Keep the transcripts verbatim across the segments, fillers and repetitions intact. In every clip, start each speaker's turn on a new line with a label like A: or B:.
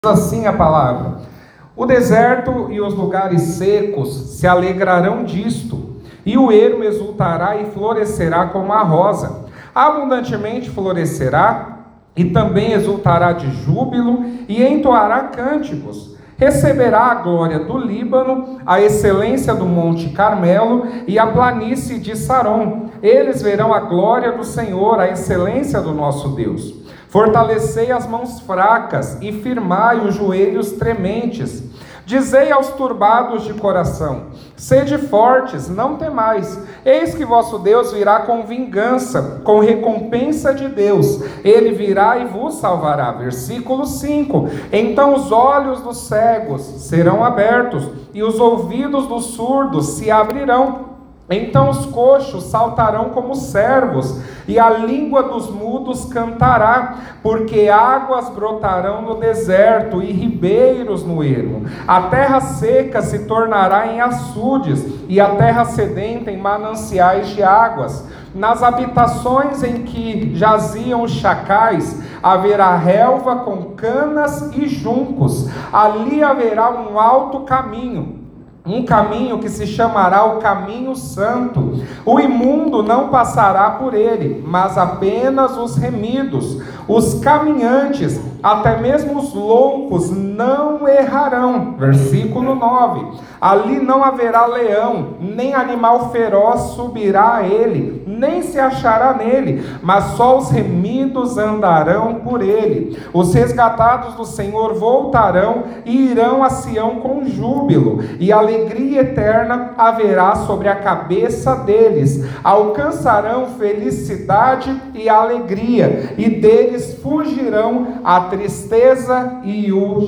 A: Assim a palavra: o deserto e os lugares secos se alegrarão disto, e o ermo exultará e florescerá como a rosa, abundantemente florescerá, e também exultará de júbilo, e entoará cânticos. Receberá a glória do Líbano, a excelência do monte Carmelo e a planície de Saron. Eles verão a glória do Senhor, a excelência do nosso Deus. Fortalecei as mãos fracas e firmai os joelhos trementes. Dizei aos turbados de coração: sede fortes, não temais. Eis que vosso Deus virá com vingança, com recompensa de Deus. Ele virá e vos salvará. Versículo cinco. Então os olhos dos cegos serão abertos, e os ouvidos dos surdos se abrirão. Então os coxos saltarão como servos, e a língua dos mudos cantará, porque águas brotarão no deserto e ribeiros no ermo. A terra seca se tornará em açudes, e a terra sedenta em mananciais de águas. Nas habitações em que jaziam os chacais, haverá relva com canas e juncos. Ali haverá um alto caminho, um caminho que se chamará o caminho santo. O imundo não passará por ele, mas apenas os remidos. Os caminhantes, até mesmo os loucos, não errarão. Versículo nove. Ali não haverá leão, nem animal feroz subirá a ele, nem se achará nele, mas só os remidos andarão por ele. Os resgatados do Senhor voltarão e irão a Sião com júbilo, e alegria eterna haverá sobre a cabeça deles. Alcançarão felicidade e alegria, e deles fugirão a tristeza e o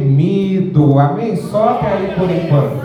A: gemido. Amém? Só até aí por enquanto.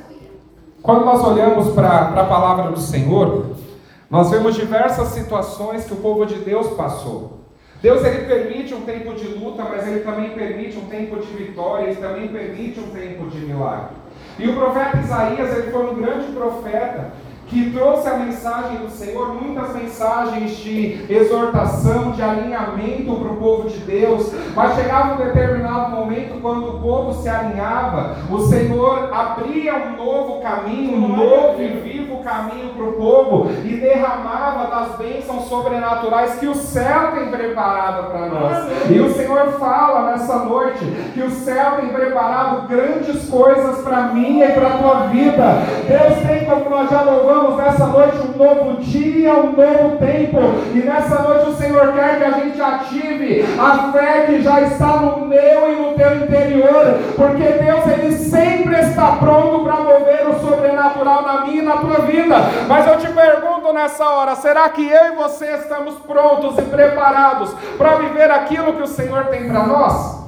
A: Quando nós olhamos para a palavra do Senhor, nós vemos diversas situações que o povo de Deus passou. Deus, ele permite um tempo de luta, mas ele também permite um tempo de vitória, ele também permite um tempo de milagre. E o profeta Isaías, ele foi um grande profeta, que trouxe a mensagem do Senhor, muitas mensagens de exortação, de alinhamento para o povo de Deus, mas chegava um determinado momento quando o povo se alinhava, o Senhor abria um novo caminho, um novo e vivo caminho para o povo, e derramava das bênçãos sobrenaturais que o céu tem preparado para nós. E o Senhor fala nessa noite que o céu tem preparado grandes coisas para mim e para a tua vida. Deus tem, como nós já louvamos nessa noite, um novo dia, um novo tempo, e nessa noite o Senhor quer que a gente ative a fé que já está no meu e no teu interior, porque Deus, ele sempre está pronto para mover o sobrenatural na minha e na tua vida. Mas eu te pergunto nessa hora, será que eu e você estamos prontos e preparados para viver aquilo que o Senhor tem para nós?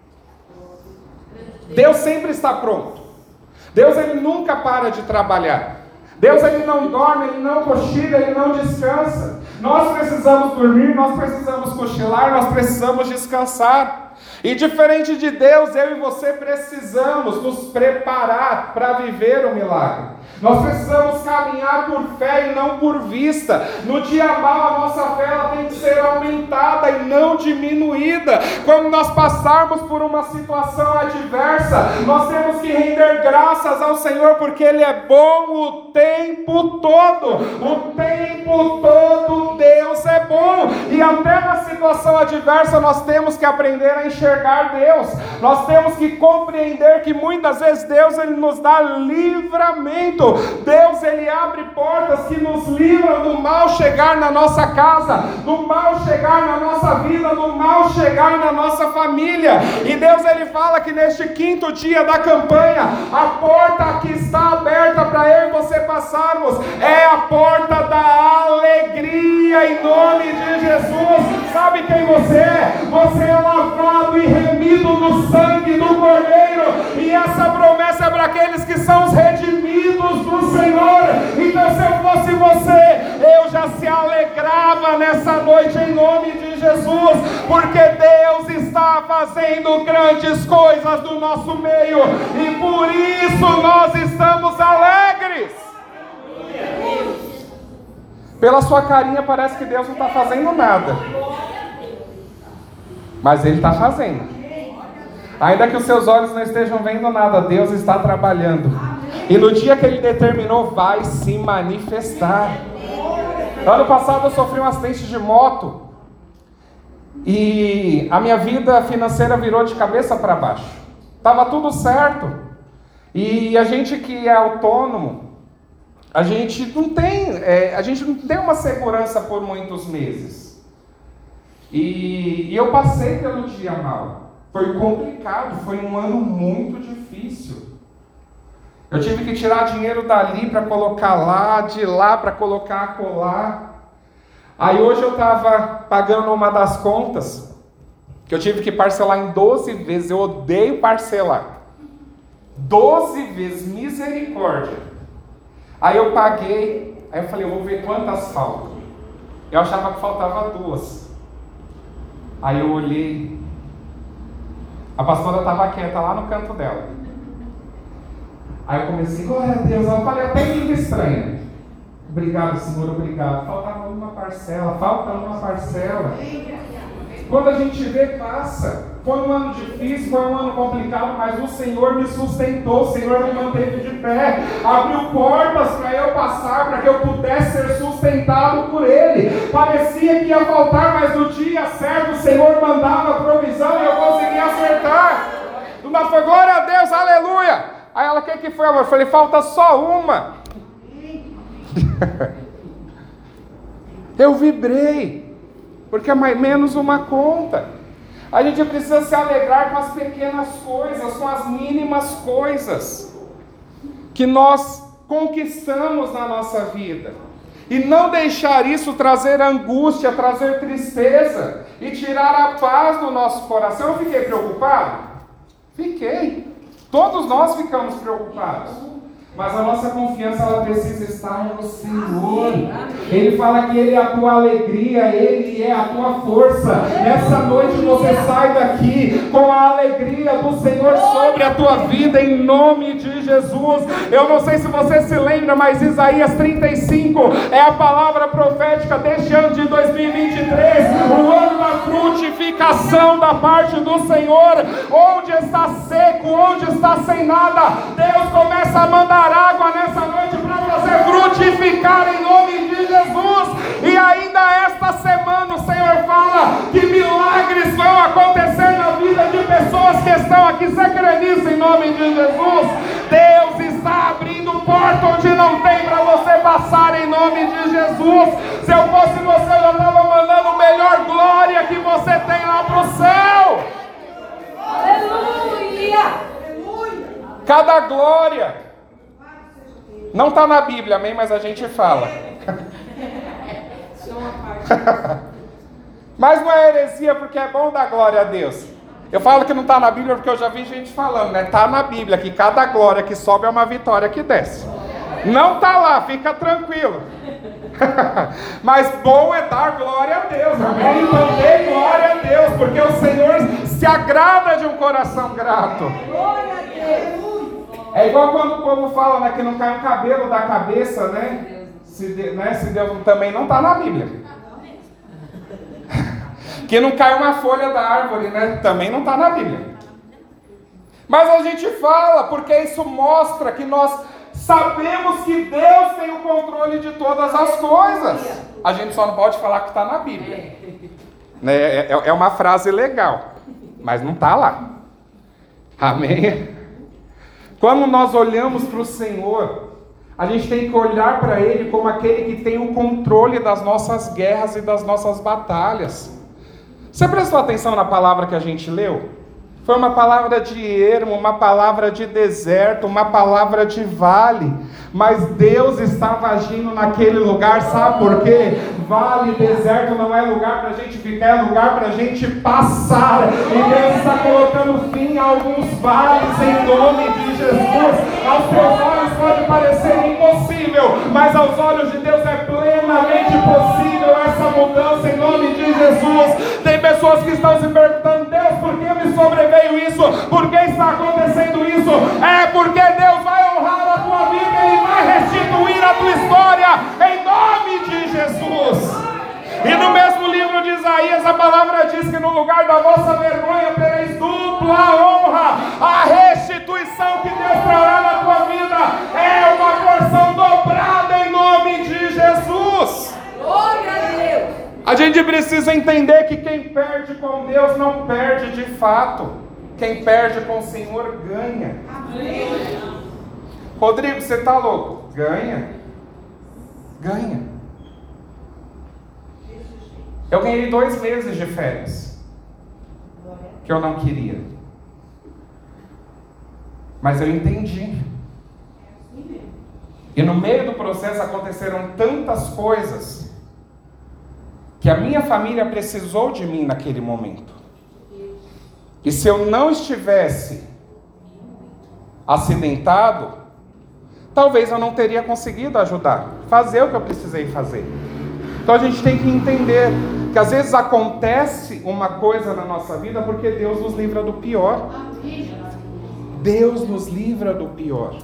A: Deus sempre está pronto. Deus, ele nunca para de trabalhar. Deus, ele não dorme, ele não cochila, ele não descansa. Nós precisamos dormir, nós precisamos cochilar, nós precisamos descansar. E diferente de Deus, eu e você precisamos nos preparar para viver o milagre. Nós precisamos caminhar por fé e não por vista. No dia mal, a nossa fé ela tem que ser aumentada e não diminuída. Quando nós passarmos por uma situação adversa, nós temos que render graças ao Senhor, porque Ele é bom o tempo todo. O tempo todo Deus é bom. E até na situação adversa nós temos que aprender a enxergar Deus. Nós temos que compreender que muitas vezes Deus, ele nos dá livramento. Deus, ele abre portas que nos livram do mal chegar na nossa casa, do mal chegar na nossa vida, do mal chegar na nossa família. E Deus, ele fala que neste quinto dia da campanha, a porta que está aberta para eu e você passarmos é a porta da alegria, em nome de Jesus. Sabe quem você é? Você é lavado e remido no sangue do Cordeiro, e essa promessa é para aqueles que são os redimidos do Senhor. Então, se eu fosse você, eu já se alegrava nessa noite em nome de Jesus, porque Deus está fazendo grandes coisas no nosso meio, e por isso nós estamos alegres. Pela sua carinha parece que Deus não está fazendo nada, mas Ele está fazendo. Ainda que os seus olhos não estejam vendo nada, Deus está trabalhando. E no dia que Ele determinou, vai se manifestar. Ano passado eu sofri um acidente de moto. E a minha vida financeira virou de cabeça para baixo. Estava tudo certo. E a gente que é autônomo, a gente não tem, é, a gente não tem uma segurança por muitos meses. E, e eu passei pelo dia mal. Foi complicado, foi um ano muito difícil. Eu tive que tirar dinheiro dali para colocar lá, de lá para colocar acolá. Aí hoje eu estava pagando uma das contas, que eu tive que parcelar em doze vezes, eu odeio parcelar. doze vezes, misericórdia. Aí eu paguei, aí eu falei, eu vou ver quantas faltam. Eu achava que faltava duas. Aí eu olhei, a pastora estava quieta lá no canto dela. Aí eu comecei, glória a Deus, eu falei até que estranha. Obrigado, Senhor, obrigado. Faltava uma parcela, falta uma parcela. Quando a gente vê, passa. Foi um ano difícil, foi um ano complicado, mas o Senhor me sustentou, o Senhor me manteve de pé, abriu portas para eu passar, para que eu pudesse ser sustentado por Ele. Parecia que ia faltar, mas no dia certo o Senhor mandava a provisão e eu conseguia acertar. Uma foi, glória a Deus, aleluia. Aí ela, o que que foi, amor? Eu falei, falta só uma. Eu vibrei, porque é mais menos uma conta. A gente precisa se alegrar com as pequenas coisas, com as mínimas coisas que nós conquistamos na nossa vida. E não deixar isso trazer angústia, trazer tristeza e tirar a paz do nosso coração. Eu fiquei preocupado? Fiquei. Todos nós ficamos preocupados. Mas a nossa confiança, ela precisa estar no Senhor. Ele fala que Ele é a tua alegria, Ele é a tua força. Nessa noite você sai daqui com a alegria do Senhor sobre a tua vida, em nome de Jesus. Eu não sei se você se lembra, mas Isaías trinta e cinco é a palavra profética deste ano de dois mil e vinte e três, o ano da frutificação da parte do Senhor. Onde está seco, onde está sem nada, Deus começa a mandar água nessa noite para você frutificar em nome de Jesus. E ainda esta semana o Senhor fala que milagres vão acontecer na vida de pessoas que estão aqui. Você crê nisso em nome de Jesus? Deus está abrindo porta onde não tem para você passar em nome de Jesus. Se eu fosse você, eu já estava mandando o melhor glória que você tem lá para o céu. Aleluia! Cada glória não está na Bíblia, amém? Mas a gente fala. Mas não é heresia, porque é bom dar glória a Deus. Eu falo que não está na Bíblia porque eu já vi gente falando, né? Está na Bíblia que cada glória que sobe é uma vitória que desce. Não está lá, fica tranquilo. Mas bom é dar glória a Deus, amém? Então dê glória a Deus, porque o Senhor se agrada de um coração grato. Glória a Deus. É igual quando o povo fala, né, que não cai um cabelo da cabeça, né? Se, de, né, se Deus também não está na Bíblia. Que não cai uma folha da árvore, né? Também não está na Bíblia. Mas a gente fala, porque isso mostra que nós sabemos que Deus tem o controle de todas as coisas. A gente só não pode falar que está na Bíblia. Né? É, é uma frase legal, mas não está lá. Amém? Quando nós olhamos para o Senhor, a gente tem que olhar para Ele como aquele que tem o controle das nossas guerras e das nossas batalhas. Você prestou atenção na palavra que a gente leu? Foi uma palavra de ermo, uma palavra de deserto, uma palavra de vale. Mas Deus estava agindo naquele lugar, sabe por quê? Vale, deserto não é lugar para a gente ficar, é lugar para a gente passar. E Deus está colocando fim a alguns vales em nome de Jesus. Aos teus olhos pode parecer impossível, mas aos olhos de Deus é plenamente possível essa mudança em nome de Jesus. Tem pessoas que estão se perguntando, Deus, por que me sobreveio isso? Por que está acontecendo isso? É porque Deus vai honrar a tua vida, Ele vai restituir a tua história em nome de Jesus. E no mesmo livro de Isaías a palavra diz que no lugar da vossa vergonha tereis dupla honra. A restituição que Deus trará na tua vida é uma porção dobrada em nome de Jesus.
B: Glória a Deus.
A: A gente precisa entender que quem perde com Deus não perde de fato. Quem perde com o Senhor ganha.
B: Amém.
A: Rodrigo, você está louco? Ganha. Ganha. Eu ganhei dois meses de férias que eu não queria. Mas eu entendi. E no meio do processo aconteceram tantas coisas que a minha família precisou de mim naquele momento. E se eu não estivesse acidentado, talvez eu não teria conseguido ajudar, fazer o que eu precisei fazer. Então a gente tem que entender que às vezes acontece uma coisa na nossa vida porque Deus nos livra do pior. Deus nos livra do pior.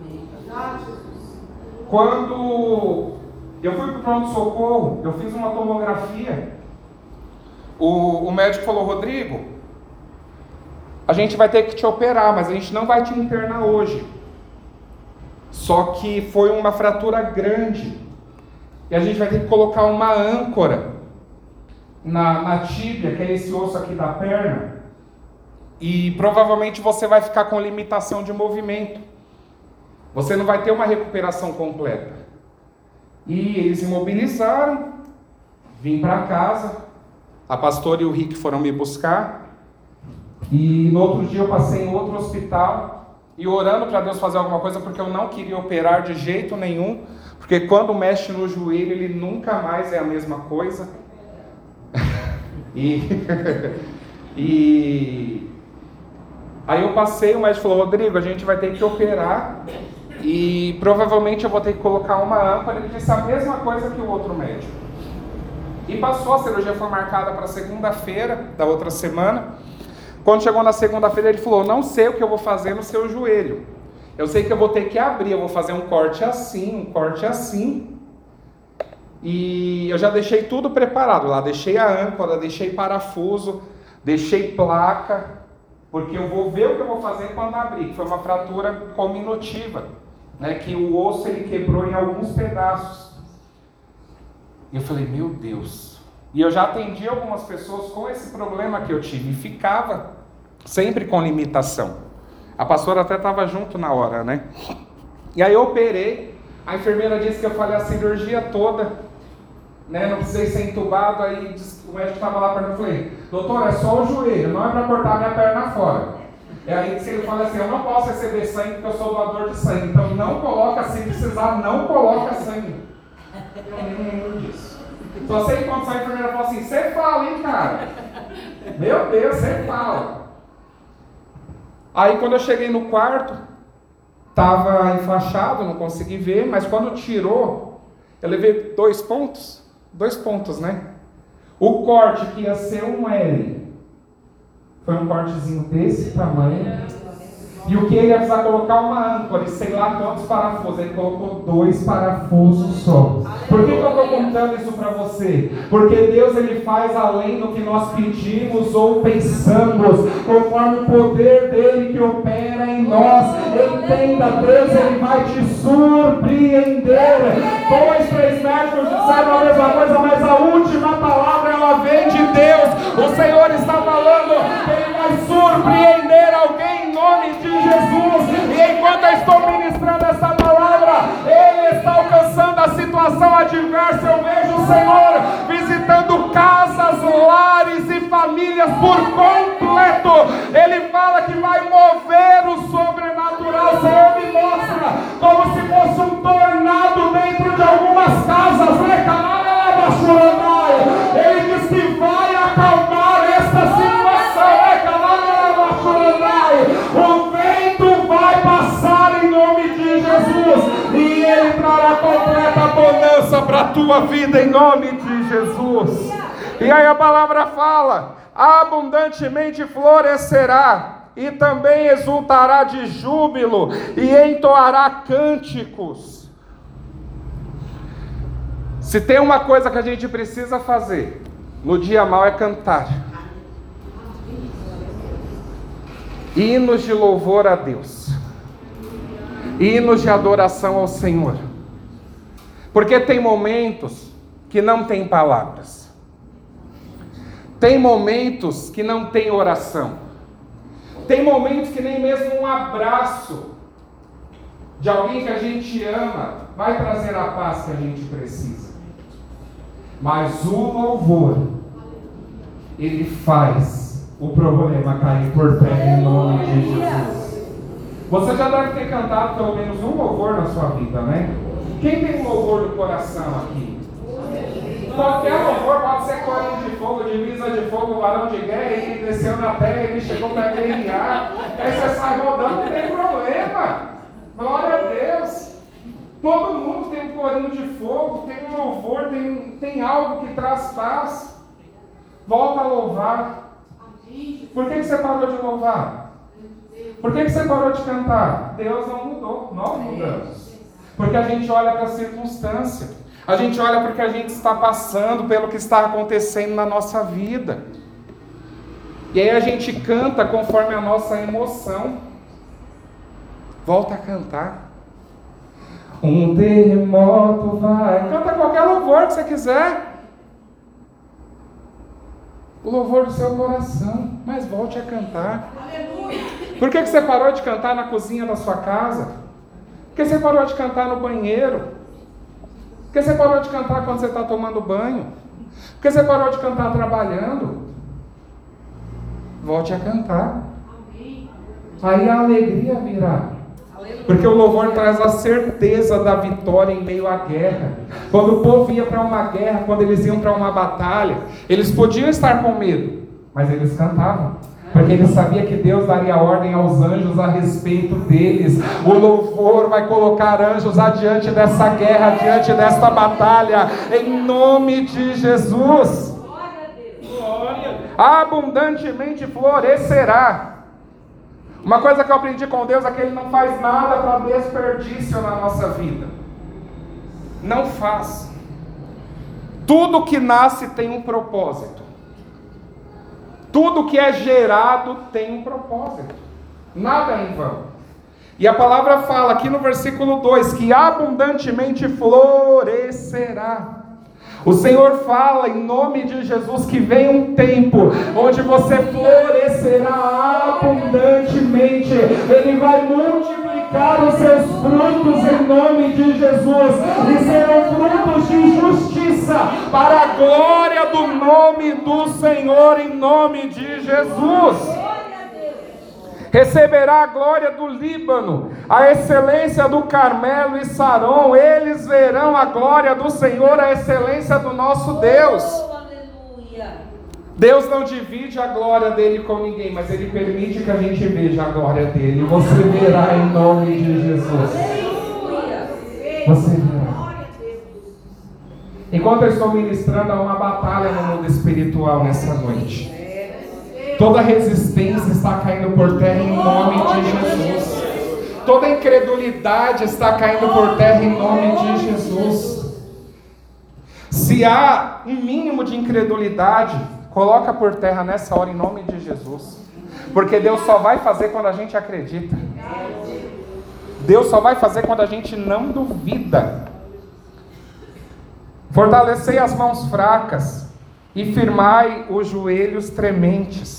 A: Quando eu fui para o pronto-socorro, eu fiz uma tomografia. O, o médico falou: Rodrigo, a gente vai ter que te operar, mas a gente não vai te internar hoje. Só que foi uma fratura grande. E a gente vai ter que colocar uma âncora na, na tíbia, que é esse osso aqui da perna. E provavelmente você vai ficar com limitação de movimento. Você não vai ter uma recuperação completa. E eles imobilizaram. Vim para casa. A pastora e o Rick foram me buscar. E no outro dia eu passei em outro hospital. E orando para Deus fazer alguma coisa, porque eu não queria operar de jeito nenhum. Porque quando mexe no joelho, ele nunca mais é a mesma coisa. e... e... Aí eu passei, o médico falou: Rodrigo, a gente vai ter que operar. E provavelmente eu vou ter que colocar uma âncora. Ele disse a mesma coisa que o outro médico. E passou, a cirurgia foi marcada para segunda-feira da outra semana. Quando chegou na segunda-feira, ele falou: não sei o que eu vou fazer no seu joelho. Eu sei que eu vou ter que abrir, eu vou fazer um corte assim, um corte assim. E eu já deixei tudo preparado lá. Deixei a âncora, deixei parafuso, deixei placa, porque eu vou ver o que eu vou fazer quando abrir. Que foi uma fratura cominutiva, né, que o osso ele quebrou em alguns pedaços. E eu falei: meu Deus. E eu já atendi algumas pessoas com esse problema que eu tive. E ficava sempre com limitação. A pastora até estava junto na hora, né? E aí eu operei. A enfermeira disse que eu falei a cirurgia toda, né? Não precisei ser entubado. Aí o médico estava lá perto. Eu falei: doutor, é só o joelho, não é para cortar minha perna fora. E aí ele falou assim: eu não posso receber sangue porque eu sou doador de sangue. Então não coloca, se precisar, não coloca sangue. Eu nem lembro disso. Só sei que quando a enfermeira falou assim: você fala, hein, cara? Meu Deus, você fala. Aí quando eu cheguei no quarto, estava enfaixado, não consegui ver, mas quando tirou, eu levei dois pontos, dois pontos, né? O corte que ia ser um L, foi um cortezinho desse tamanho. E o que ele ia precisar colocar uma âncora, e sei lá quantos parafusos, ele colocou dois parafusos só. Por que, que eu estou contando isso para você? Porque Deus ele faz além do que nós pedimos ou pensamos, conforme o poder dele que opera em nós. Entenda, Deus ele vai te surpreender. Dois, três médicos disseram a mesma coisa, mas a última palavra ela vem de Deus. O Senhor está falando que ele vai surpreender alguém em nome de Jesus. E enquanto eu estou ministrando essa palavra, ele está alcançando a situação adversa. Eu vejo o Senhor visitando casas, lares e famílias por completo. Ele fala que vai mover o sobrenatural. O Senhor me mostra como se fosse um tornado dentro de algumas casas, né? Ele diz que vai acalmar esta situação, né? O vento vai passar em nome de Jesus e ele trará completa bonança para a tua vida em nome de Jesus. E aí a palavra fala: abundantemente florescerá e também exultará de júbilo e entoará cânticos. Se tem uma coisa que a gente precisa fazer no dia mau é cantar. hinos de louvor a Deus, hinos de adoração ao Senhor, porque tem momentos que não tem palavras, tem momentos que não tem oração, tem momentos que nem mesmo um abraço de alguém que a gente ama vai trazer a paz que a gente precisa. Mas o louvor, ele faz o problema cair por terra em nome de Jesus. Você já deve ter cantado pelo menos um louvor na sua vida, né? Quem tem um louvor do coração aqui? Qualquer louvor pode ser corinho de fogo, divisa de fogo, varão de guerra, ele desceu na terra, ele chegou para guerrear. Aí você sai rodando, não tem problema. Glória a Deus. Todo mundo tem um corinho de fogo, tem um louvor, tem, tem algo que traz paz. Volta a louvar. Por que, que você parou de louvar? Por que, que você parou de cantar? Deus não mudou, nós mudamos. Porque a gente olha para a circunstância. A gente olha porque a gente está passando, pelo que está acontecendo na nossa vida. E aí a gente canta conforme a nossa emoção. Volta a cantar. Um terremoto vai. Canta qualquer louvor que você quiser. O louvor do seu coração. Mas volte a cantar. Por que, que você parou de cantar na cozinha da sua casa? Por que você parou de cantar no banheiro? Por que você parou de cantar quando você está tomando banho? Por que você parou de cantar trabalhando? Volte a cantar. Aí a alegria virá. Porque o louvor traz a certeza da vitória em meio à guerra. Quando o povo ia para uma guerra, quando eles iam para uma batalha, eles podiam estar com medo, mas eles cantavam. Porque eles sabiam que Deus daria ordem aos anjos a respeito deles. O louvor vai colocar anjos adiante dessa guerra, adiante desta batalha, em nome de Jesus. Glória. Abundantemente florescerá. Uma coisa que eu aprendi com Deus é que Ele não faz nada para desperdício na nossa vida. Não faz. Tudo que nasce tem um propósito. Tudo que é gerado tem um propósito. Nada é em vão. E a palavra fala aqui no versículo dois, que abundantemente florescerá. O Senhor fala em nome de Jesus que vem um tempo onde você florescerá abundantemente. Ele vai multiplicar os seus frutos em nome de Jesus. E serão frutos de justiça para a glória do nome do Senhor em nome de Jesus. Receberá a glória do Líbano, a excelência do Carmelo e Saron. Eles verão a glória do Senhor, a excelência do nosso Deus. Deus não divide a glória dele com ninguém, mas Ele permite que a gente veja a glória dele. Você verá em nome de Jesus. Você verá. Enquanto eu estou ministrando, há uma batalha no mundo espiritual nessa noite. Toda resistência está caindo por terra em nome de Jesus. Toda incredulidade está caindo por terra em nome de Jesus. Se há um mínimo de incredulidade, coloca por terra nessa hora em nome de Jesus. Porque Deus só vai fazer quando a gente acredita. Deus só vai fazer quando a gente não duvida. Fortalecei as mãos fracas e firmai os joelhos trementes.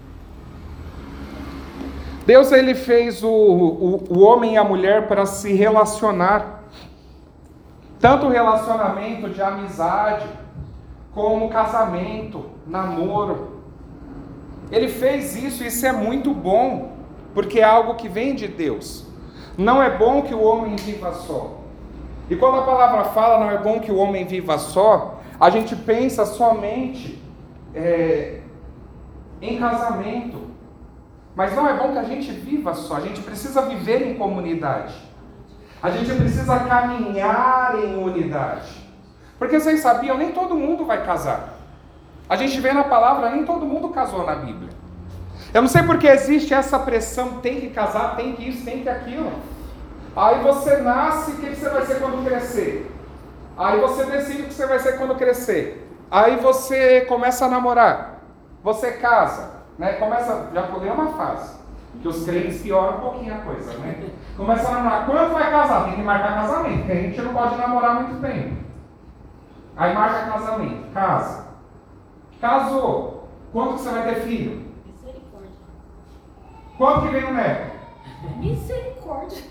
A: Deus, Ele fez o, o, o homem e a mulher para se relacionar. Tanto o relacionamento de amizade, como casamento, namoro. Ele fez isso, e isso é muito bom, porque é algo que vem de Deus. Não é bom que o homem viva só. E quando a palavra fala não é bom que o homem viva só, a gente pensa somente é, em casamento. Mas não é bom que a gente viva só, a gente precisa viver em comunidade. A gente precisa caminhar em unidade. Porque vocês sabiam, nem todo mundo vai casar. A gente vê na palavra, nem todo mundo casou na Bíblia. Eu não sei porque existe essa pressão, tem que casar, tem que isso, tem que aquilo. Aí você nasce, o que você vai ser quando crescer? Aí você decide o que você vai ser quando crescer. Aí você começa a namorar, você casa, né? Começa, já pulei uma fase. Que os crentes pioram um pouquinho a coisa, né? Começa a namorar. Quando vai casar? Tem que marcar casamento, porque a gente não pode namorar muito tempo. Aí marca casamento, casa. Casou. Quando que você vai ter filho?
B: Misericórdia.
A: Quando que vem o neto?
B: Misericórdia.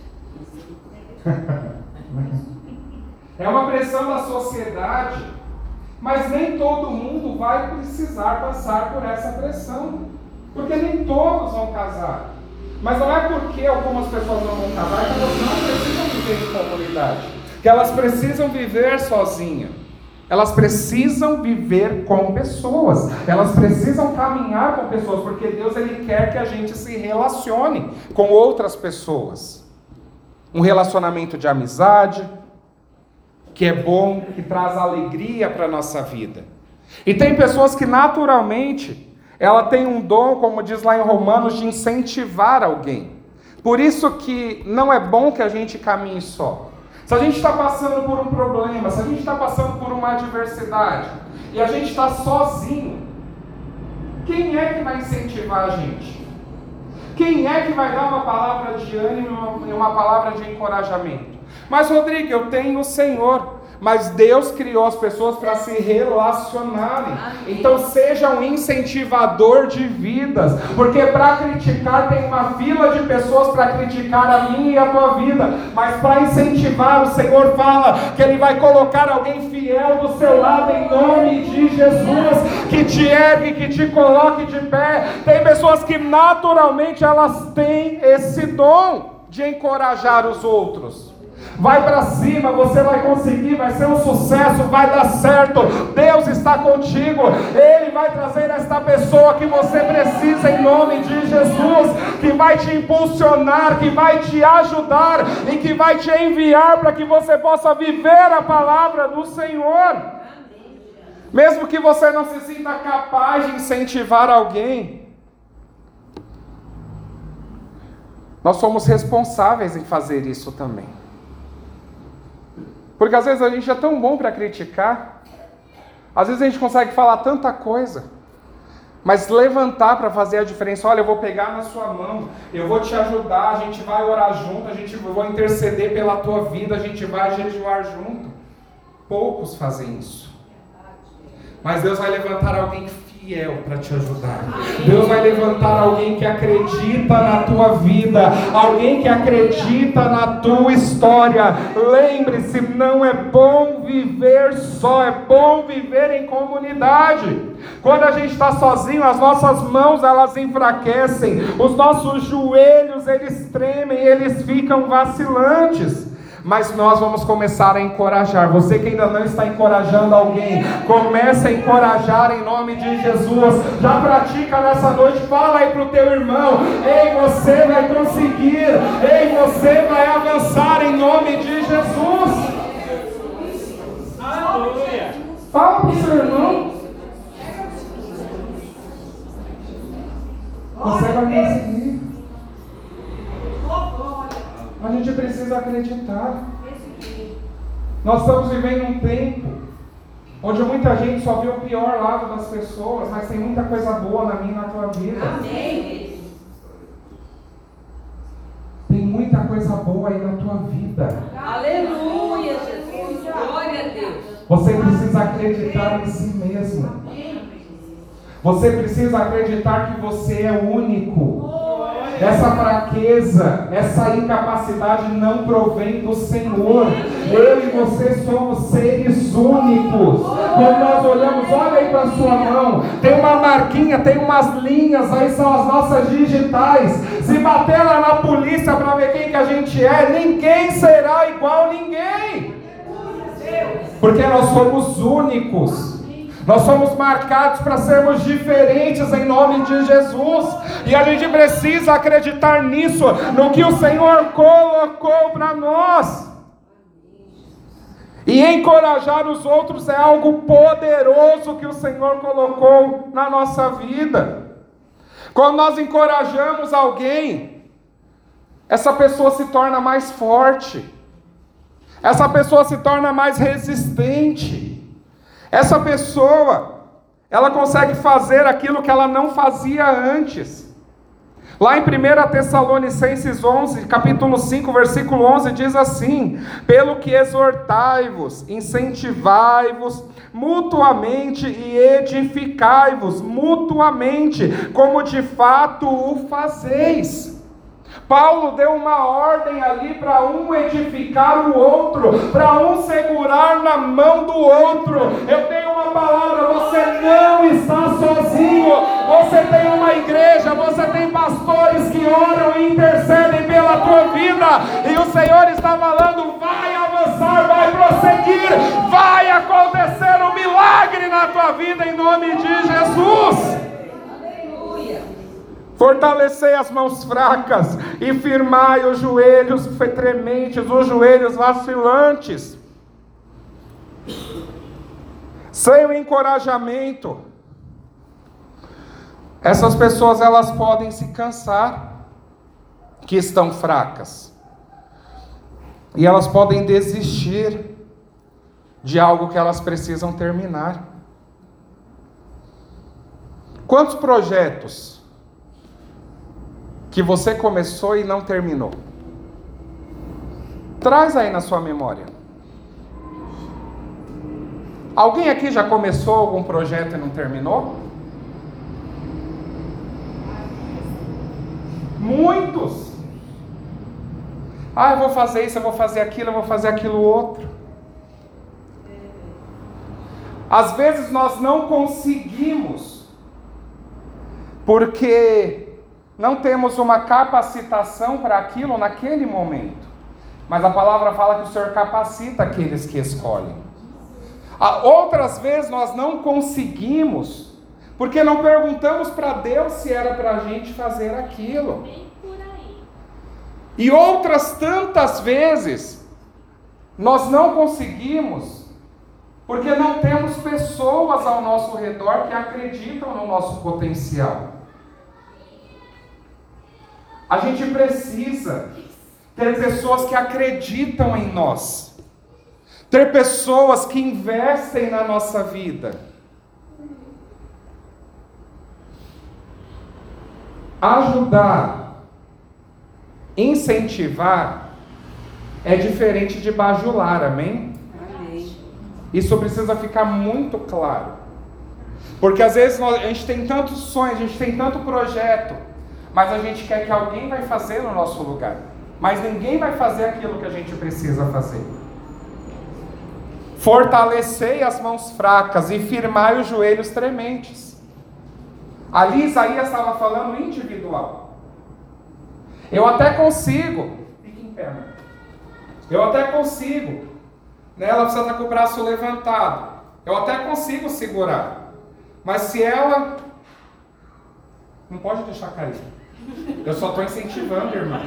A: É uma pressão da sociedade, mas nem todo mundo vai precisar passar por essa pressão, porque nem todos vão casar. Mas não é porque algumas pessoas não vão casar que elas não precisam viver em comunidade, que elas precisam viver sozinhas. Elas precisam viver com pessoas, elas precisam caminhar com pessoas, porque Deus ele quer que a gente se relacione com outras pessoas. Um relacionamento de amizade, que é bom, que traz alegria para a nossa vida. E tem pessoas que naturalmente, ela tem um dom, como diz lá em Romanos, de incentivar alguém. Por isso que não é bom que a gente caminhe só. Se a gente está passando por um problema, se a gente está passando por uma adversidade, e a gente está sozinho, quem é que vai incentivar a gente? Quem é que vai dar uma palavra de ânimo e uma palavra de encorajamento? Mas Rodrigo, eu tenho o Senhor. Mas Deus criou as pessoas para se relacionarem. Então seja um incentivador de vidas. Porque para criticar tem uma fila de pessoas para criticar a minha e a tua vida. Mas para incentivar, o Senhor fala que Ele vai colocar alguém fiel do seu lado em nome de Jesus, que te ergue, que te coloque de pé. Tem pessoas que naturalmente elas têm esse dom de encorajar os outros. Vai para cima, você vai conseguir, vai ser um sucesso, vai dar certo. Deus está contigo. Ele vai trazer esta pessoa que você precisa em nome de Jesus, que vai te impulsionar, que vai te ajudar e que vai te enviar para que você possa viver a palavra do Senhor. Mesmo que você não se sinta capaz de incentivar alguém, nós somos responsáveis em fazer isso também. Porque às vezes a gente é tão bom para criticar, às vezes a gente consegue falar tanta coisa, mas levantar para fazer a diferença, olha, eu vou pegar na sua mão, eu vou te ajudar, a gente vai orar junto, a gente eu vou interceder pela tua vida, a gente vai jejuar junto. Poucos fazem isso. Mas Deus vai levantar alguém fiel para te ajudar. Deus vai levantar alguém que acredita na tua vida, alguém que acredita na tua história. Lembre-se, não é bom viver só, é bom viver em comunidade. Quando a gente está sozinho, as nossas mãos elas enfraquecem, os nossos joelhos eles tremem, eles ficam vacilantes. Mas nós vamos começar a encorajar. Você que ainda não está encorajando alguém, comece a encorajar em nome de Jesus. Já pratica nessa noite, fala aí para o teu irmão: ei, você vai conseguir, ei, você vai avançar em nome de Jesus. Aleluia. Fala para o seu irmão: você vai conseguir. A gente precisa acreditar. Nós estamos vivendo um tempo onde muita gente só vê o pior lado das pessoas, mas tem muita coisa boa na minha e na tua vida.
B: Amém.
A: Tem muita coisa boa aí na tua vida.
B: Aleluia, Jesus. Glória a Deus.
A: Você precisa acreditar em si mesmo. Você precisa acreditar que você é único. Essa fraqueza, essa incapacidade não provém do Senhor. Eu e você somos seres únicos. Quando nós olhamos, olha aí para a sua mão, tem uma marquinha, tem umas linhas, aí são as nossas digitais. Se bater lá na polícia para ver quem que a gente é, ninguém será igual a ninguém. Porque nós somos únicos. Nós somos marcados para sermos diferentes em nome de Jesus. E a gente precisa acreditar nisso, no que o Senhor colocou para nós. E encorajar os outros é algo poderoso que o Senhor colocou na nossa vida. Quando nós encorajamos alguém, essa pessoa se torna mais forte. Essa pessoa se torna mais resistente. Essa pessoa, ela consegue fazer aquilo que ela não fazia antes. Lá em primeira Tessalonicenses onze, capítulo cinco, versículo onze, diz assim: pelo que exortai-vos, incentivai-vos mutuamente e edificai-vos mutuamente, como de fato o fazeis. Paulo deu uma ordem ali para um edificar o outro, para um segurar na mão do outro. Eu tenho uma palavra: você não está sozinho, você tem uma igreja, você tem pastores que oram e intercedem pela tua vida, e o Senhor está falando: vai avançar, vai prosseguir, vai acontecer um milagre na tua vida em nome de Jesus. Fortalecei as mãos fracas e firmai os joelhos trementes, os joelhos vacilantes. Sem o encorajamento, essas pessoas elas podem se cansar, que estão fracas, e elas podem desistir de algo que elas precisam terminar. Quantos projetos que você começou e não terminou? Traz aí na sua memória. Alguém aqui já começou algum projeto e não terminou? Muitos. Ah, eu vou fazer isso, eu vou fazer aquilo, eu vou fazer aquilo outro. Às vezes nós não conseguimos, porque não temos uma capacitação para aquilo naquele momento. Mas a palavra fala que o Senhor capacita aqueles que escolhem. Outras vezes nós não conseguimos, porque não perguntamos para Deus se era para a gente fazer aquilo. E outras tantas vezes nós não conseguimos, porque não temos pessoas ao nosso redor que acreditam no nosso potencial. A gente precisa ter pessoas que acreditam em nós, ter pessoas que investem na nossa vida. Ajudar, incentivar, é diferente de bajular, amém? Amém. Isso precisa ficar muito claro, porque às vezes nós, a gente tem tantos sonhos, a gente tem tanto projeto, mas a gente quer que alguém vai fazer no nosso lugar, mas ninguém vai fazer aquilo que a gente precisa fazer. Fortalecei as mãos fracas e firmai os joelhos trementes. Ali Isaías estava falando individual. Eu até consigo, fique em pé, mano. Eu até consigo, né? Ela precisa estar com o braço levantado. Eu até consigo segurar, mas se ela não pode deixar cair. Eu só estou incentivando, irmão.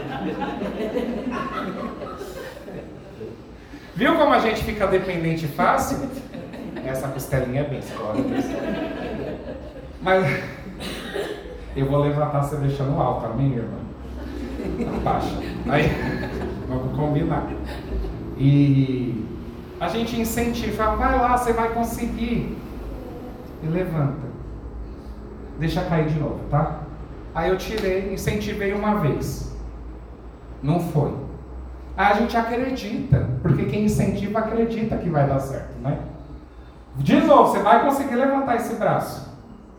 A: Viu como a gente fica dependente fácil? Essa costelinha é bem, glória a Deus. Mas eu vou levantar você deixando alto, amém, irmão? Abaixa. Aí, vamos combinar. E a gente incentiva, vai lá, você vai conseguir. E levanta. Deixa cair de novo, tá? Aí eu tirei, incentivei uma vez. Não foi. Aí a gente acredita, porque quem incentiva acredita que vai dar certo, né? De novo, você vai conseguir levantar esse braço.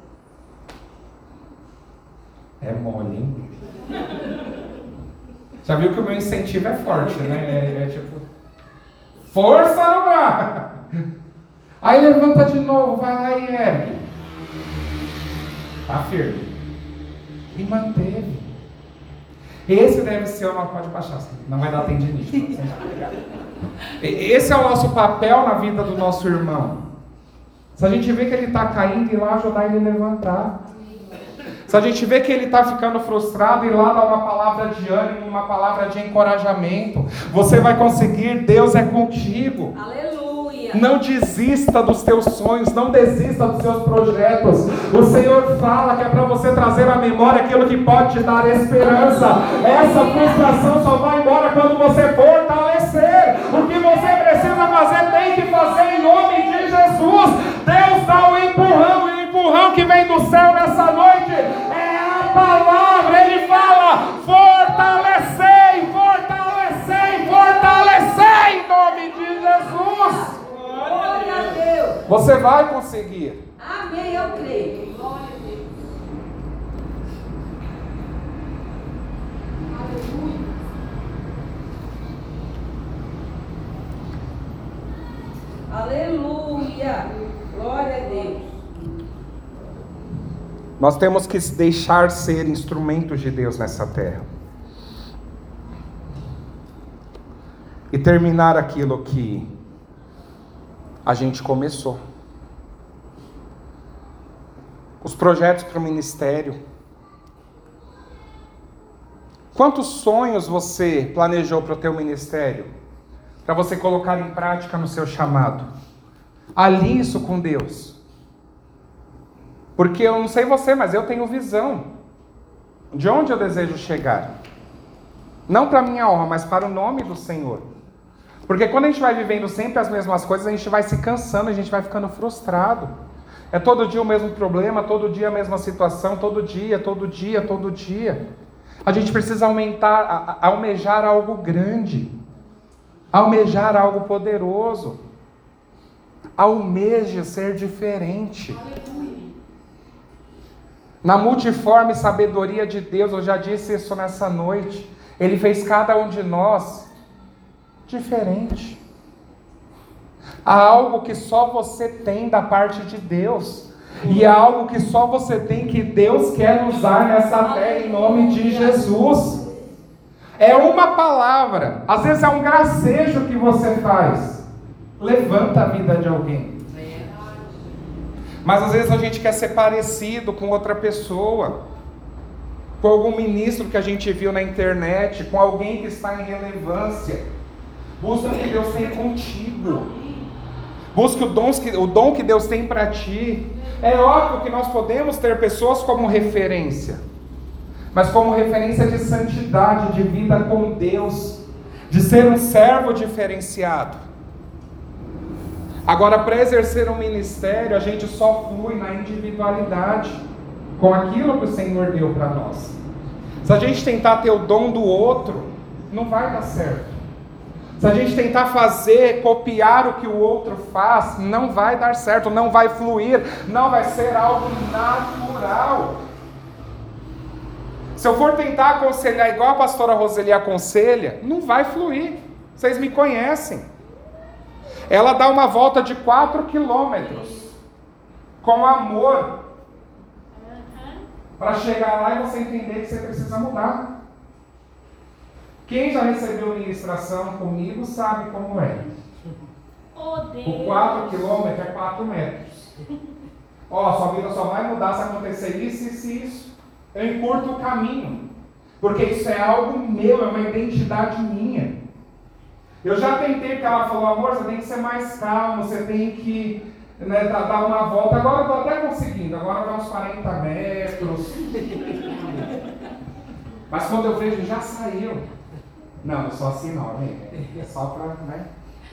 A: É mole, hein? Já viu que o meu incentivo é forte, né? É, é tipo, força no braço! Aí levanta de novo, vai lá e ergue. Tá firme. E manteve. Esse deve ser o nosso, pode baixar, não vai dar tendinite. Esse é o nosso papel na vida do nosso irmão. Se a gente vê que ele está caindo, ir lá ajudar ele a levantar. Se a gente vê que ele está ficando frustrado, ir lá dar uma palavra de ânimo, uma palavra de encorajamento. Você vai conseguir, Deus é contigo. Aleluia. Não desista dos teus sonhos, não desista dos seus projetos. O Senhor fala que é para você trazer à memória aquilo que pode te dar esperança. Essa frustração só vai embora quando você fortalecer. O que você precisa fazer, tem que fazer em nome de Jesus. Deus dá um empurrão, e o empurrão que vem do céu nessa noite é a palavra. Ele fala: Você vai conseguir.
B: Amém, eu creio.
C: Glória a Deus. Aleluia.
B: Aleluia. Glória a Deus.
A: Nós temos que deixar ser instrumentos de Deus nessa terra. E terminar aquilo que a gente começou. Os projetos para o ministério. Quantos sonhos você planejou para o teu ministério? Para você colocar em prática no seu chamado. Alinhe isso com Deus. Porque eu não sei você, mas eu tenho visão de onde eu desejo chegar. Não para a minha honra, mas para o nome do Senhor. Porque quando a gente vai vivendo sempre as mesmas coisas, a gente vai se cansando, a gente vai ficando frustrado. É todo dia o mesmo problema, todo dia a mesma situação, todo dia, todo dia, todo dia. A gente precisa aumentar, almejar algo grande. Almejar algo poderoso. Almeje ser diferente. Na multiforme sabedoria de Deus, eu já disse isso nessa noite, Ele fez cada um de nós diferente. Há algo que só você tem da parte de Deus. E há algo que só você tem que Deus quer usar nessa terra em nome de Jesus. É uma palavra, às vezes é um gracejo que você faz. Levanta a vida de alguém. Mas às vezes a gente quer ser parecido com outra pessoa, com algum ministro que a gente viu na internet, com alguém que está em relevância. Busca o que Deus tem contigo. Busque o dom que, o dom que Deus tem para ti. É óbvio que nós podemos ter pessoas como referência, mas como referência de santidade, de vida com Deus, de ser um servo diferenciado. Agora, para exercer um ministério, a gente só flui na individualidade, com aquilo que o Senhor deu para nós. Se a gente tentar ter o dom do outro, não vai dar certo. Se a gente tentar fazer, copiar o que o outro faz, não vai dar certo, não vai fluir, não vai ser algo natural. Se eu for tentar aconselhar igual a pastora Roseli aconselha, não vai fluir. Vocês me conhecem. Ela dá uma volta de quatro quilômetros, com amor, para chegar lá e você entender que você precisa mudar. Quem já recebeu ministração comigo sabe como é. O quatro quilômetros é quatro metros. Ó, sua vida só vai mudar se acontecer isso, isso e isso. Eu encurto o caminho, porque isso é algo meu, é uma identidade minha. Eu já tentei, porque ela falou, amor, você tem que ser mais calmo, você tem que, né, dar uma volta. Agora eu estou até conseguindo, agora vai uns quarenta metros. Mas quando eu vejo, já saiu. Não, não sou assim não, amiga. É só para, né?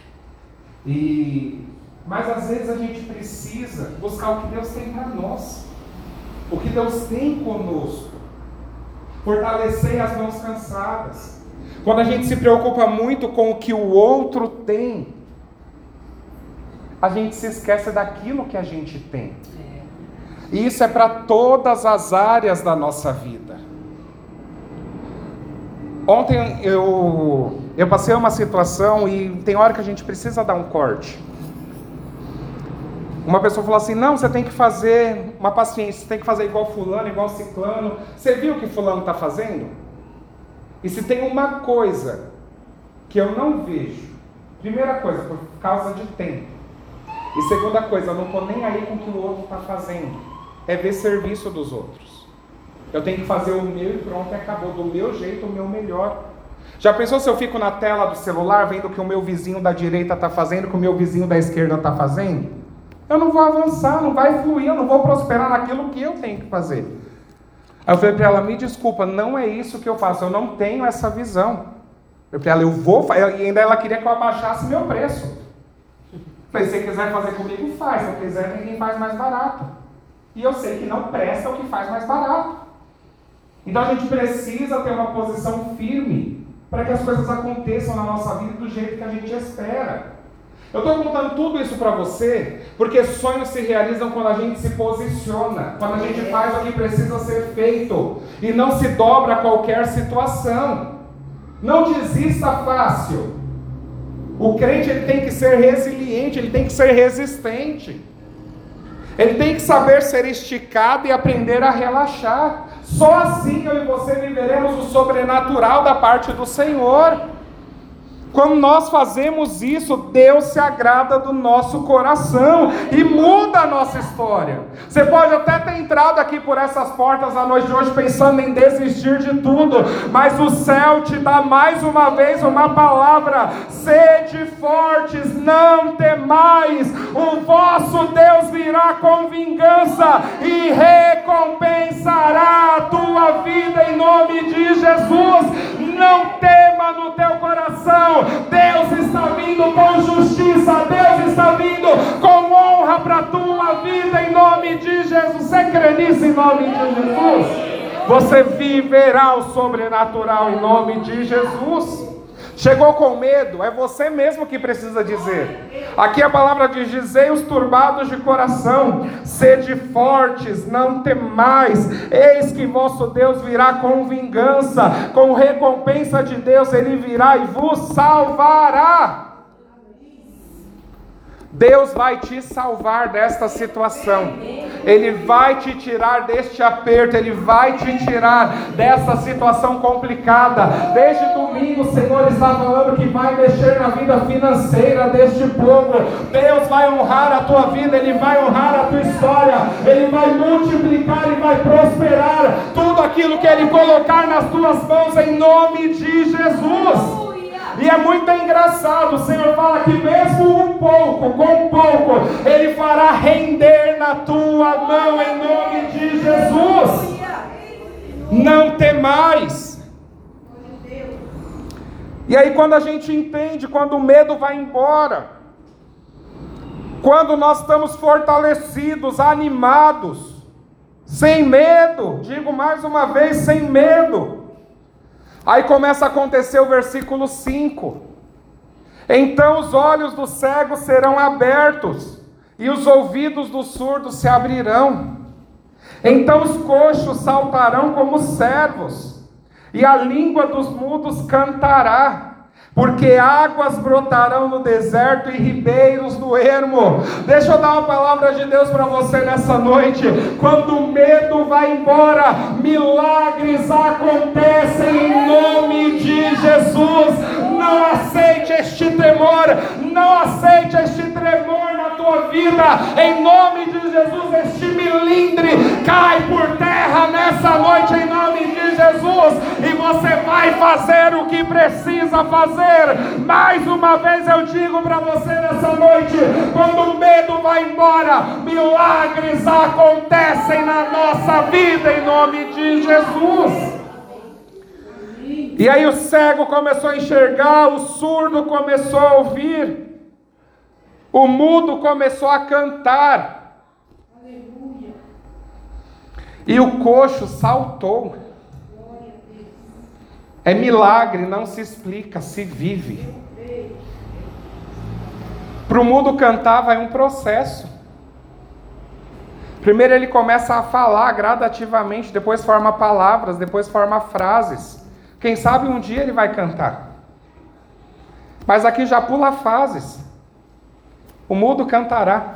A: E... Mas às vezes a gente precisa buscar o que Deus tem para nós. O que Deus tem conosco. Fortalecer as mãos cansadas. Quando a gente se preocupa muito com o que o outro tem, a gente se esquece daquilo que a gente tem. E isso é para todas as áreas da nossa vida. Ontem eu, eu passei uma situação e tem hora que a gente precisa dar um corte. Uma pessoa falou assim, não, você tem que fazer uma paciência, você tem que fazer igual fulano, igual ciclano. Você viu o que fulano está fazendo? E se tem uma coisa que eu não vejo, primeira coisa, por causa de tempo. E segunda coisa, eu não estou nem aí com o que o outro está fazendo. É ver serviço dos outros. Eu tenho que fazer o meu e pronto, acabou. Do meu jeito, o meu melhor. Já pensou se eu fico na tela do celular vendo o que o meu vizinho da direita está fazendo, o que o meu vizinho da esquerda está fazendo? Eu não vou avançar, não vai fluir, eu não vou prosperar naquilo que eu tenho que fazer. Aí eu falei para ela, me desculpa, não é isso que eu faço, eu não tenho essa visão. Eu falei para ela, eu vou, e ainda ela queria que eu abaixasse meu preço. Eu falei, se você quiser fazer comigo, faz, se eu quiser, ninguém faz mais barato. E eu sei que não presta o que faz mais barato. Então a gente precisa ter uma posição firme para que as coisas aconteçam na nossa vida do jeito que a gente espera. Eu estou contando tudo isso para você, porque sonhos se realizam quando a gente se posiciona, quando a gente faz o que precisa ser feito, e não se dobra a qualquer situação. Não desista fácil. O crente ele tem que ser resiliente, ele tem que ser resistente. Ele tem que saber ser esticado e aprender a relaxar. Só assim eu e você viveremos o sobrenatural da parte do Senhor. Quando nós fazemos isso, Deus se agrada do nosso coração e muda a nossa história. Você pode até ter entrado aqui por essas portas à noite de hoje pensando em desistir de tudo, mas o céu te dá mais uma vez uma palavra: sede fortes, não temais, o vosso Deus virá com vingança e recompensará a tua vida em nome de Jesus. Não tema no teu coração, Deus está vindo com justiça, Deus está vindo com honra para a tua vida em nome de Jesus. Você crê nisso em nome de Jesus? Você viverá o sobrenatural em nome de Jesus. Chegou com medo? É você mesmo que precisa dizer. Aqui a palavra diz: dizei os turbados de coração, sede fortes, não temais, eis que vosso Deus virá com vingança, com recompensa de Deus ele virá e vos salvará. Deus vai te salvar desta situação, Ele vai te tirar deste aperto, Ele vai te tirar dessa situação complicada. Desde domingo o Senhor está falando que vai mexer na vida financeira deste povo. Deus vai honrar a tua vida, Ele vai honrar a tua história, Ele vai multiplicar e vai prosperar tudo aquilo que Ele colocar nas tuas mãos em nome de Jesus. E é muito engraçado, o Senhor fala que mesmo um pouco, com pouco, Ele fará render na tua mão em nome de Jesus. Não temais. E aí quando a gente entende, quando o medo vai embora, quando nós estamos fortalecidos, animados, sem medo, digo mais uma vez, sem medo, aí começa a acontecer o versículo cinco. Então os olhos dos cegos serão abertos, e os ouvidos dos surdos se abrirão. Então os coxos saltarão como servos, e a língua dos mudos cantará. Porque águas brotarão no deserto e ribeiros no ermo. Deixa eu dar uma palavra de Deus para você nessa noite. Quando o medo vai embora, milagres acontecem em nome de Jesus. Não aceite este temor, não aceite este tremor na tua vida. Em nome de Jesus, este milindre cai por terra nessa noite em nome de Jesus. E você vai fazer o que precisa fazer. Mais uma vez eu digo para você nessa noite: quando o medo vai embora, milagres acontecem na nossa vida em nome de Jesus. E aí o cego começou a enxergar, o surdo começou a ouvir, o mudo começou a cantar, e o coxo saltou. É milagre, não se explica, se vive. Para o mudo cantar vai um processo. Primeiro ele começa a falar gradativamente, depois forma palavras, depois forma frases. Quem sabe um dia ele vai cantar. Mas aqui já pula fases. O mudo cantará.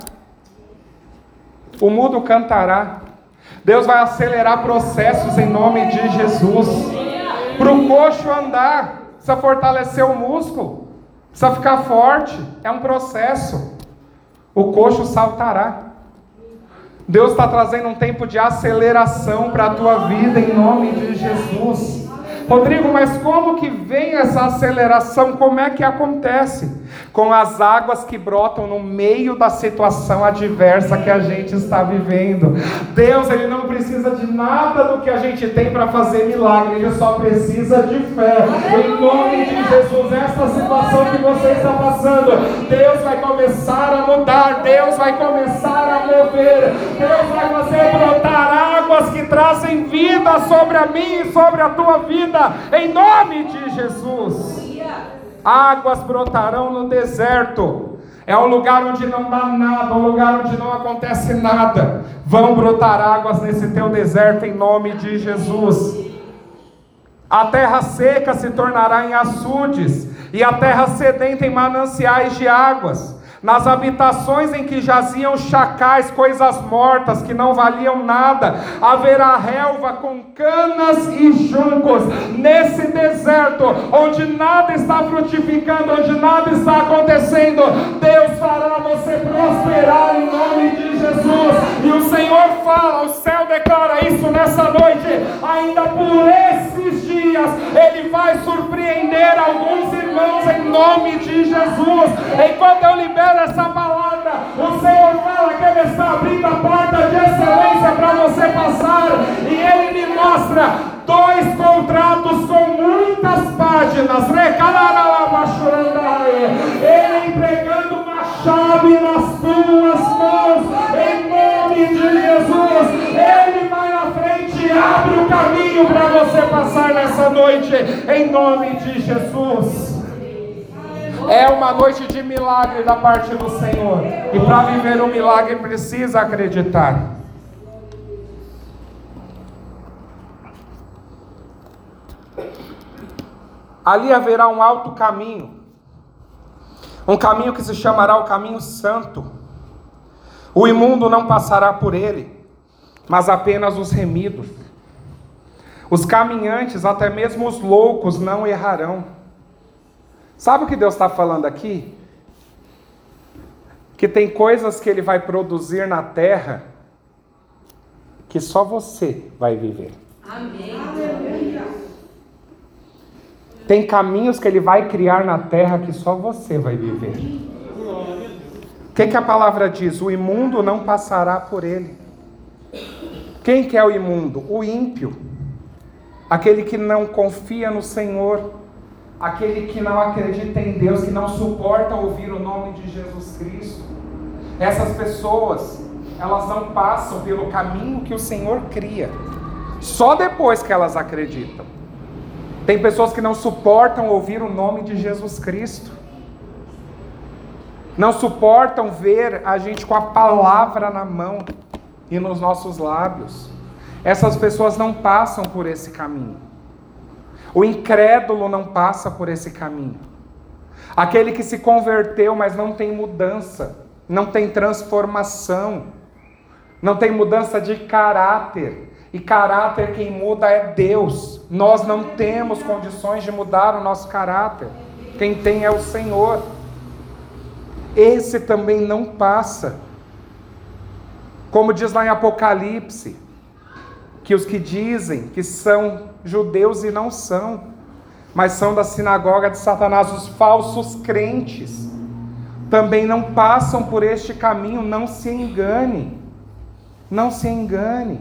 A: O mudo cantará. Deus vai acelerar processos em nome de Jesus. Para o coxo andar, precisa fortalecer o músculo, precisa ficar forte, é um processo. O coxo saltará. Deus está trazendo um tempo de aceleração para a tua vida em nome de Jesus. Rodrigo, mas como que vem essa aceleração? Como é que acontece? Com as águas que brotam no meio da situação adversa que a gente está vivendo. Deus, Ele não precisa de nada do que a gente tem para fazer milagre, Ele só precisa de fé. Em nome de Jesus, essa situação que você está passando, Deus vai começar a mudar, Deus vai começar a mover, Deus vai fazer brotar águas que trazem vida sobre a mim e sobre a tua vida. Em nome de Jesus, águas brotarão no deserto É um lugar onde não dá nada, um lugar onde não acontece nada. Vão brotar águas nesse teu deserto em nome de Jesus. A terra seca se tornará em açudes, e a terra sedenta em mananciais de águas. Nas habitações em que jaziam chacais, coisas mortas que não valiam nada, haverá relva com canas e juncos. Nesse deserto, onde nada está frutificando, onde nada está acontecendo, Deus fará você prosperar em nome de Jesus. E o Senhor fala, o céu declara isso nessa noite, ainda por esses dias, Ele vai surpreender alguns irmãos em nome de Jesus. Enquanto eu libero essa palavra, o Senhor fala que Ele está abrindo a porta de excelência para você passar, e Ele lhe mostra dois contratos com muitas páginas, Ele entregando uma chave nas tuas mãos, em nome de Jesus. Ele vai na frente e abre o caminho para você passar nessa noite, em nome de Jesus. É uma noite de milagre da parte do Senhor. E para viver um milagre precisa acreditar. Ali haverá um alto caminho. Um caminho que se chamará o caminho santo. O imundo não passará por ele, mas apenas os remidos. Os caminhantes, até mesmo os loucos, não errarão. Sabe o que Deus está falando aqui? Que tem coisas que Ele vai produzir na terra que só você vai viver.
B: Amém.
A: Tem caminhos que Ele vai criar na terra que só você vai viver. O que, que a palavra diz? O imundo não passará por ele. Quem que é o imundo? O ímpio. Aquele que não confia no Senhor. Aquele que não acredita em Deus, que não suporta ouvir o nome de Jesus Cristo. Essas pessoas, elas não passam pelo caminho que o Senhor cria. Só depois que elas acreditam. Tem pessoas que não suportam ouvir o nome de Jesus Cristo. Não suportam ver a gente com a palavra na mão e nos nossos lábios. Essas pessoas não passam por esse caminho. O incrédulo não passa por esse caminho. Aquele que se converteu, mas não tem mudança, não tem transformação, não tem mudança de caráter. E caráter quem muda é Deus. Nós não temos condições de mudar o nosso caráter. Quem tem é o Senhor. Esse também não passa. Como diz lá em Apocalipse, que os que dizem que são judeus e não são, mas são da sinagoga de Satanás, os falsos crentes, também não passam por este caminho. Não se engane, não se engane.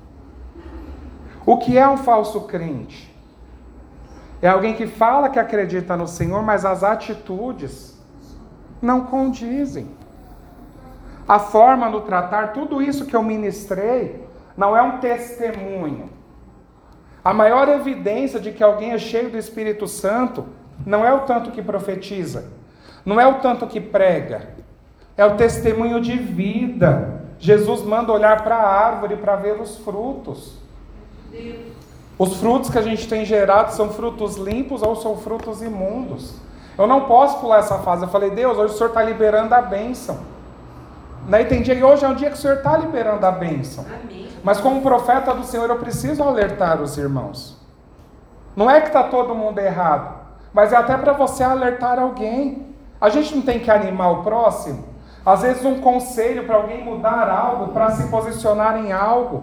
A: O que é um falso crente? É alguém que fala que acredita no Senhor, mas as atitudes não condizem. A forma no tratar, tudo isso que eu ministrei, não é um testemunho. A maior evidência de que alguém é cheio do Espírito Santo não é o tanto que profetiza, não é o tanto que prega, é o testemunho de vida. Jesus manda olhar para a árvore para ver os frutos. Os frutos que a gente tem gerado são frutos limpos ou são frutos imundos? Eu não posso pular essa fase. Eu falei, Deus, hoje o Senhor está liberando a bênção. Daí tem dia, e hoje é um dia que o Senhor está liberando a bênção. Amém. Mas como profeta do Senhor, eu preciso alertar os irmãos. Não é que está todo mundo errado, mas é até para você alertar alguém. A gente não tem que animar o próximo? Às vezes um conselho para alguém mudar algo, para se posicionar em algo.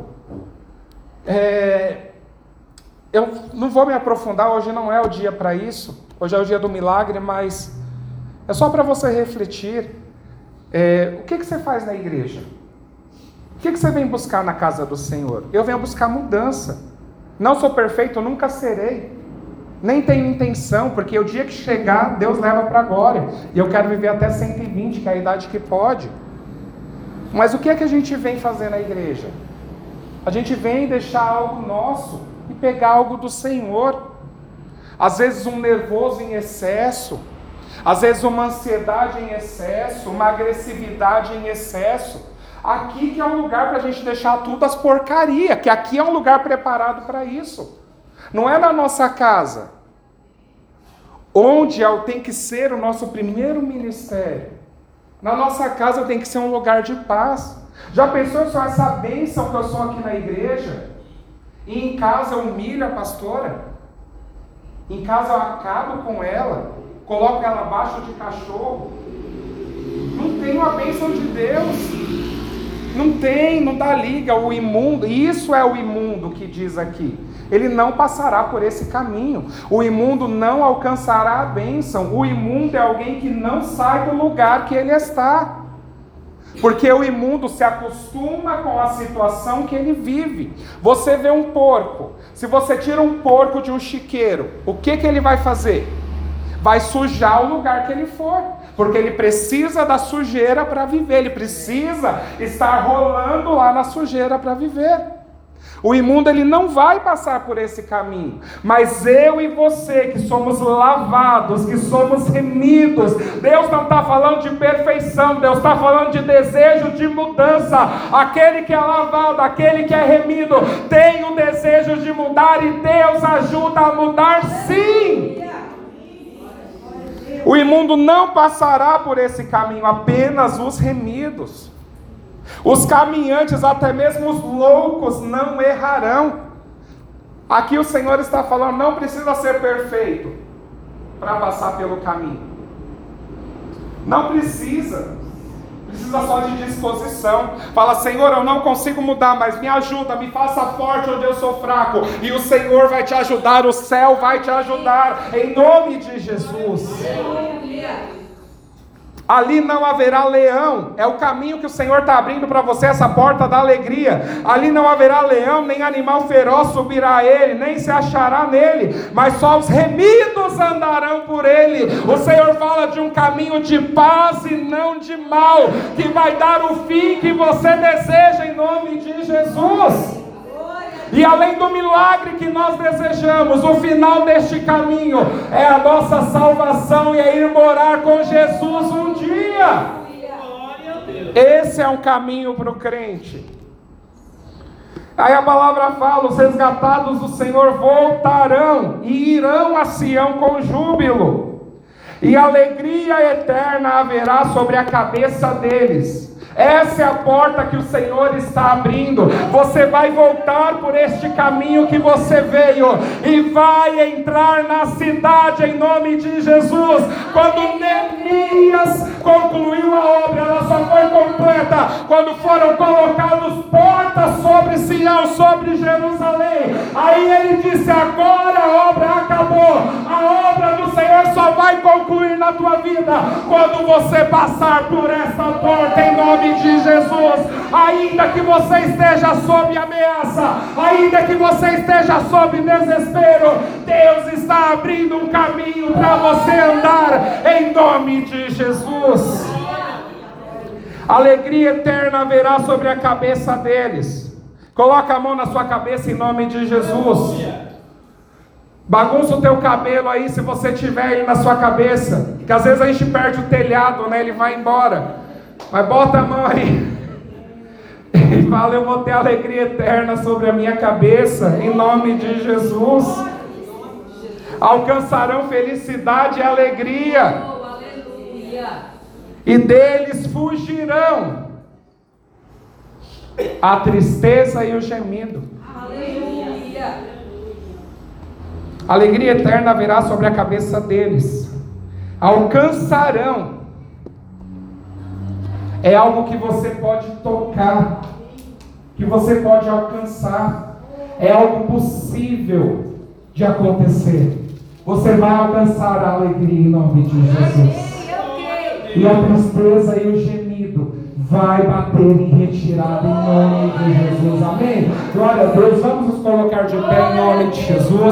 A: É... Eu não vou me aprofundar, hoje não é o dia para isso. Hoje é o dia do milagre, mas é só para você refletir. É... O que, que você faz na igreja? O que, que você vem buscar na casa do Senhor? Eu venho buscar mudança. Não sou perfeito, nunca serei. Nem tenho intenção, porque o dia que chegar, Deus leva para a glória. E eu quero viver até cento e vinte, que é a idade que pode. Mas o que é que a gente vem fazer na igreja? A gente vem deixar algo nosso e pegar algo do Senhor. Às vezes um nervoso em excesso. às vezes uma ansiedade em excesso, uma agressividade em excesso. Aqui que é um lugar para a gente deixar tudo as porcarias, que aqui é um lugar preparado para isso. Não é na nossa casa, onde tem que ser o nosso primeiro ministério. Na nossa casa tem que ser um lugar de paz. Já pensou só essa bênção que eu sou aqui na igreja? E em casa eu humilho a pastora? Em casa eu acabo com ela? Coloco ela abaixo de cachorro? Não tem a bênção de Deus. Não tem, não dá liga. O imundo, isso é o imundo que diz aqui. Ele não passará por esse caminho. O imundo não alcançará a bênção. O imundo é alguém que não sai do lugar que ele está. Porque o imundo se acostuma com a situação que ele vive. Você vê um porco. Se você tira um porco de um chiqueiro, o que, que ele vai fazer? Vai sujar o lugar que ele for. Porque ele precisa da sujeira para viver. Ele precisa estar rolando lá na sujeira para viver. O imundo ele não vai passar por esse caminho. Mas eu e você que somos lavados, que somos remidos. Deus não está falando de perfeição. Deus está falando de desejo de mudança. Aquele que é lavado, aquele que é remido, tem o desejo de mudar. E Deus ajuda a mudar sim. O imundo não passará por esse caminho, apenas os remidos. Os caminhantes, até mesmo os loucos, não errarão. Aqui o Senhor está falando, não precisa ser perfeito para passar pelo caminho. Não precisa. Precisa só de disposição. Fala, Senhor, eu não consigo mudar, mas me ajuda, me faça forte onde eu sou fraco. E o Senhor vai te ajudar, o céu vai te ajudar, em nome de Jesus. Ali não haverá leão. É o caminho que o Senhor está abrindo para você, essa porta da alegria. Ali não haverá leão, nem animal feroz subirá a ele, nem se achará nele, mas só os remidos andarão por ele. O Senhor fala de um caminho de paz e não de mal, que vai dar o fim que você deseja em nome de Jesus. E além do milagre que nós desejamos, o final deste caminho é a nossa salvação e é ir morar com Jesus um dia. Esse é um caminho para o crente. Aí a palavra fala, os resgatados do Senhor voltarão e irão a Sião com júbilo. E alegria eterna haverá sobre a cabeça deles. Essa é a porta que o Senhor está abrindo. Você vai voltar por este caminho que você veio e vai entrar na cidade em nome de Jesus. Quando Neemias concluiu a obra, ela só foi completa quando foram colocados portas sobre Sião, sobre Jerusalém. Aí ele disse, agora a obra acabou. A obra do Senhor só vai concluir na tua vida quando você passar por essa porta em nome de Jesus. Ainda que você esteja sob ameaça, ainda que você esteja sob desespero, Deus está abrindo um caminho para você andar em nome de Jesus. Alegria eterna haverá sobre a cabeça deles. Coloca a mão na sua cabeça em nome de Jesus. Bagunça o teu cabelo aí, se você tiver ele na sua cabeça, que às vezes a gente perde o telhado, né? Ele vai embora. Mas bota a mão aí e fala, eu vou ter alegria eterna sobre a minha cabeça, em nome de Jesus. Alcançarão felicidade e alegria, e deles fugirão a tristeza e o gemido. Alegria eterna haverá sobre a cabeça deles. Alcançarão. É algo que você pode tocar, que você pode alcançar. É algo possível de acontecer. Você vai alcançar a alegria em nome de Jesus. E a tristeza e o gemido vai bater em retirada em nome de Jesus. Amém? Glória a Deus. Vamos nos colocar de pé em nome de Jesus.